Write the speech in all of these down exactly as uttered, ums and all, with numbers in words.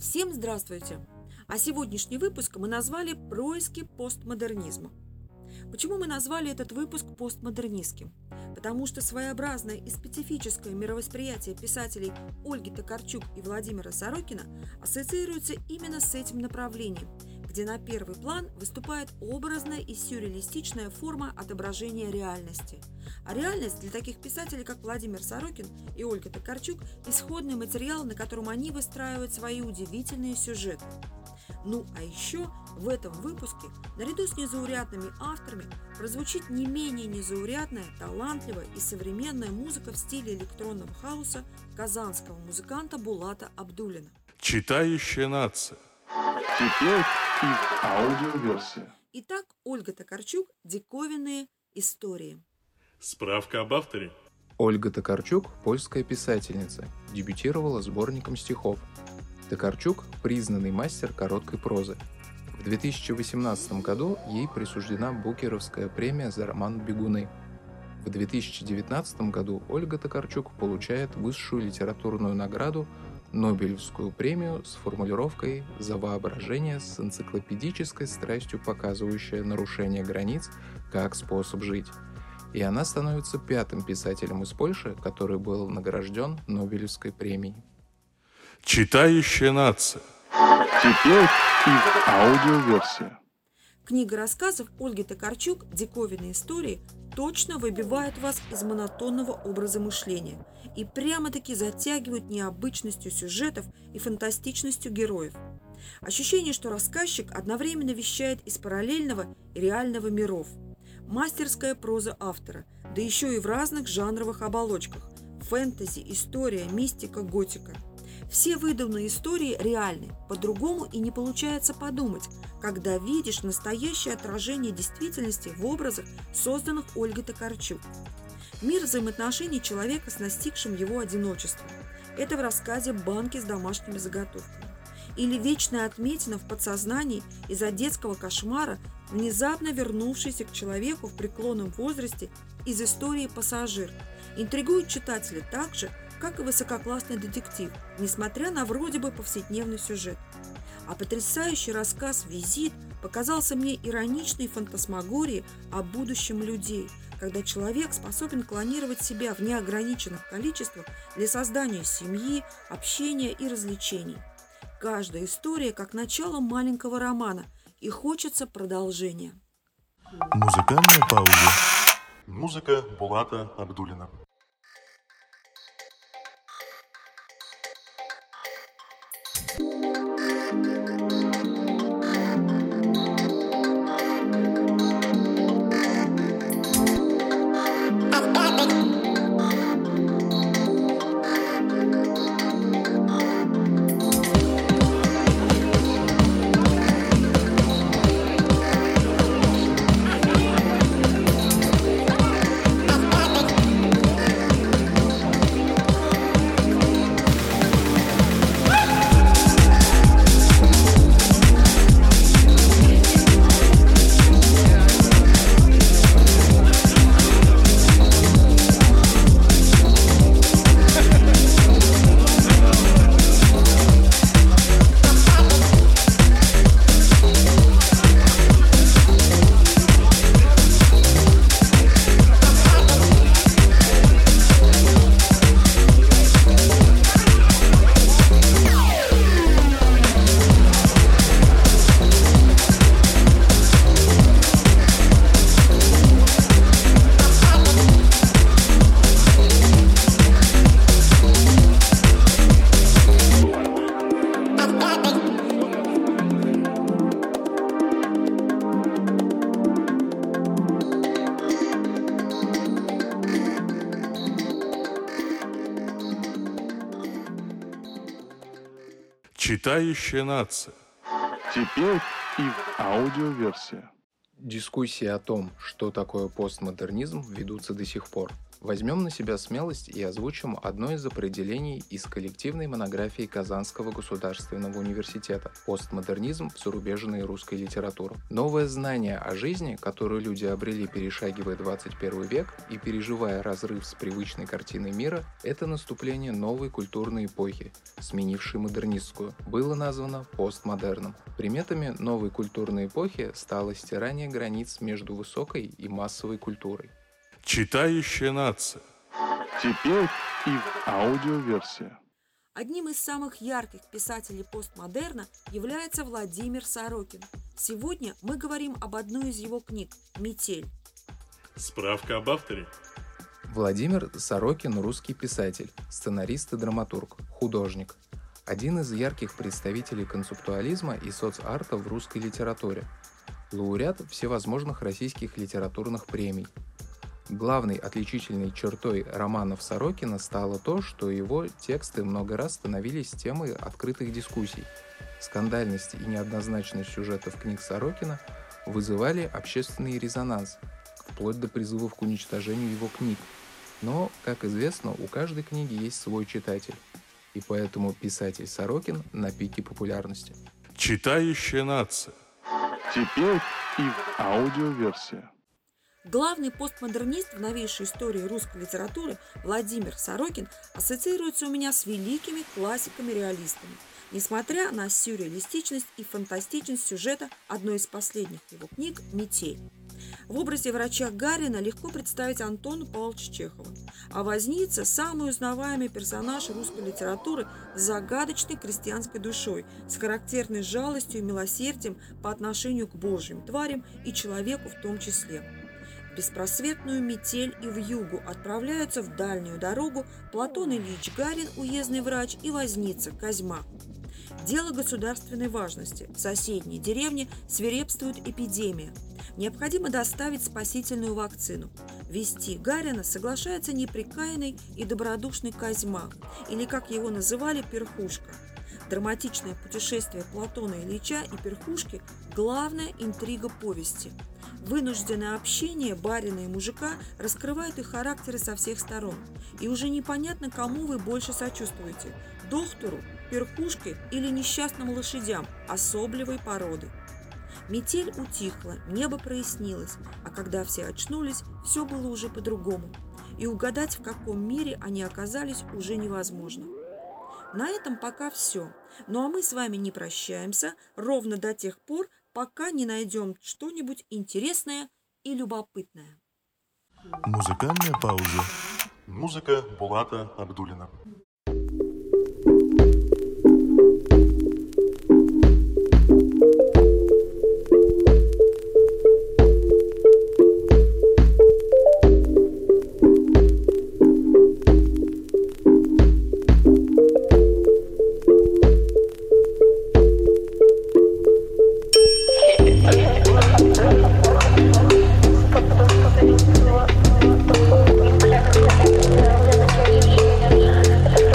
Всем здравствуйте! А сегодняшний выпуск мы назвали «Происки постмодернизма». Почему мы назвали этот выпуск постмодернистским? Потому что своеобразное и специфическое мировосприятие писателей Ольги Токарчук и Владимира Сорокина ассоциируется именно с этим направлением, где на первый план выступает образная и сюрреалистичная форма отображения реальности. А реальность для таких писателей, как Владимир Сорокин и Ольга Токарчук, исходный материал, на котором они выстраивают свои удивительные сюжеты. Ну а еще в этом выпуске, наряду с незаурядными авторами, прозвучит не менее незаурядная, талантливая и современная музыка в стиле электронного хаоса казанского музыканта Булата Абдуллина. Читающая нация. Теперь их аудиоверсия. Итак, Ольга Токарчук «Диковинные истории». Справка об авторе. Ольга Токарчук – польская писательница, дебютировала сборником стихов. Токарчук – признанный мастер короткой прозы. В две тысячи восемнадцатом году ей присуждена Букеровская премия за роман «Бегуны». В две тысячи девятнадцатом году Ольга Токарчук получает высшую литературную награду Нобелевскую премию с формулировкой «За воображение с энциклопедической страстью, показывающая нарушение границ как способ жить». И она становится пятым писателем из Польши, который был награжден Нобелевской премией. Читающая нация. Теперь их аудиоверсия. Книга рассказов Ольги Токарчук «Диковинные истории» точно выбивает вас из монотонного образа мышления и прямо-таки затягивают необычностью сюжетов и фантастичностью героев. Ощущение, что рассказчик одновременно вещает из параллельного и реального миров. Мастерская проза автора, да еще и в разных жанровых оболочках – фэнтези, история, мистика, готика. Все выдуманные истории реальны, по-другому и не получается подумать, когда видишь настоящее отражение действительности в образах, созданных Ольгой Токарчук. Мир взаимоотношений человека с настигшим его одиночеством. Это в рассказе «Банки с домашними заготовками». Или вечная отметина в подсознании из-за детского кошмара, внезапно вернувшийся к человеку в преклонном возрасте из истории «Пассажир». Интригует читателя так же, как и высококлассный детектив, несмотря на вроде бы повседневный сюжет. А потрясающий рассказ «Визит» показался мне ироничной фантасмагорией о будущем людей, когда человек способен клонировать себя в неограниченных количествах для создания семьи, общения и развлечений. Каждая история как начало маленького романа, и хочется продолжения. Музыкальная пауза. Музыка Булата Абдуллина. Читающая нация. Теперь их аудиоверсия. Дискуссии о том, что такое постмодернизм, ведутся до сих пор. Возьмем на себя смелость и озвучим одно из определений из коллективной монографии Казанского государственного университета «Постмодернизм в зарубежной русской литературе». Новое знание о жизни, которое люди обрели, перешагивая двадцать первый век и переживая разрыв с привычной картиной мира, это наступление новой культурной эпохи, сменившей модернистскую, было названо постмодерном. Приметами новой культурной эпохи стало стирание границ между высокой и массовой культурой. Читающая нация. Теперь и аудиоверсия. Одним из самых ярких писателей постмодерна является Владимир Сорокин. Сегодня мы говорим об одной из его книг «Метель». Справка об авторе. Владимир Сорокин – русский писатель, сценарист и драматург, художник. Один из ярких представителей концептуализма и соцарта в русской литературе. Лауреат всевозможных российских литературных премий. Главной отличительной чертой романов Сорокина стало то, что его тексты много раз становились темой открытых дискуссий. Скандальность и неоднозначность сюжетов книг Сорокина вызывали общественный резонанс, вплоть до призывов к уничтожению его книг. Но, как известно, у каждой книги есть свой читатель, и поэтому писатель Сорокин на пике популярности. Читающая нация. Теперь и аудиоверсия. Главный постмодернист в новейшей истории русской литературы Владимир Сорокин ассоциируется у меня с великими классиками-реалистами, несмотря на сюрреалистичность и фантастичность сюжета одной из последних его книг «Метель». В образе врача Гарина легко представить Антона Павловича Чехова, а Возница – самый узнаваемый персонаж русской литературы с загадочной крестьянской душой, с характерной жалостью и милосердием по отношению к божьим тварям и человеку в том числе. В беспросветную метель и вьюгу отправляются в дальнюю дорогу Платон Ильич Гарин, уездный врач, и Возница Козьма. Дело государственной важности. В соседней деревне свирепствует эпидемия. Необходимо доставить спасительную вакцину. Вести Гарина соглашается непрекаянный и добродушный Козьма, или, как его называли, Перхушка. Драматичное путешествие Платона Ильича и Перхушки – главная интрига повести. Вынужденное общение барина и мужика раскрывает их характеры со всех сторон. И уже непонятно, кому вы больше сочувствуете – доктору, Перхушке или несчастным лошадям особливой породы. Метель утихла, небо прояснилось, а когда все очнулись, все было уже по-другому. И угадать, в каком мире они оказались, уже невозможно. На этом пока все. Ну а мы с вами не прощаемся ровно до тех пор, пока не найдем что-нибудь интересное и любопытное. Музыкальная пауза. Музыка Булата Абдуллина. Thank you.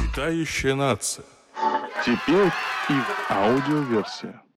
Читающая нация. Теперь и в аудиоверсии.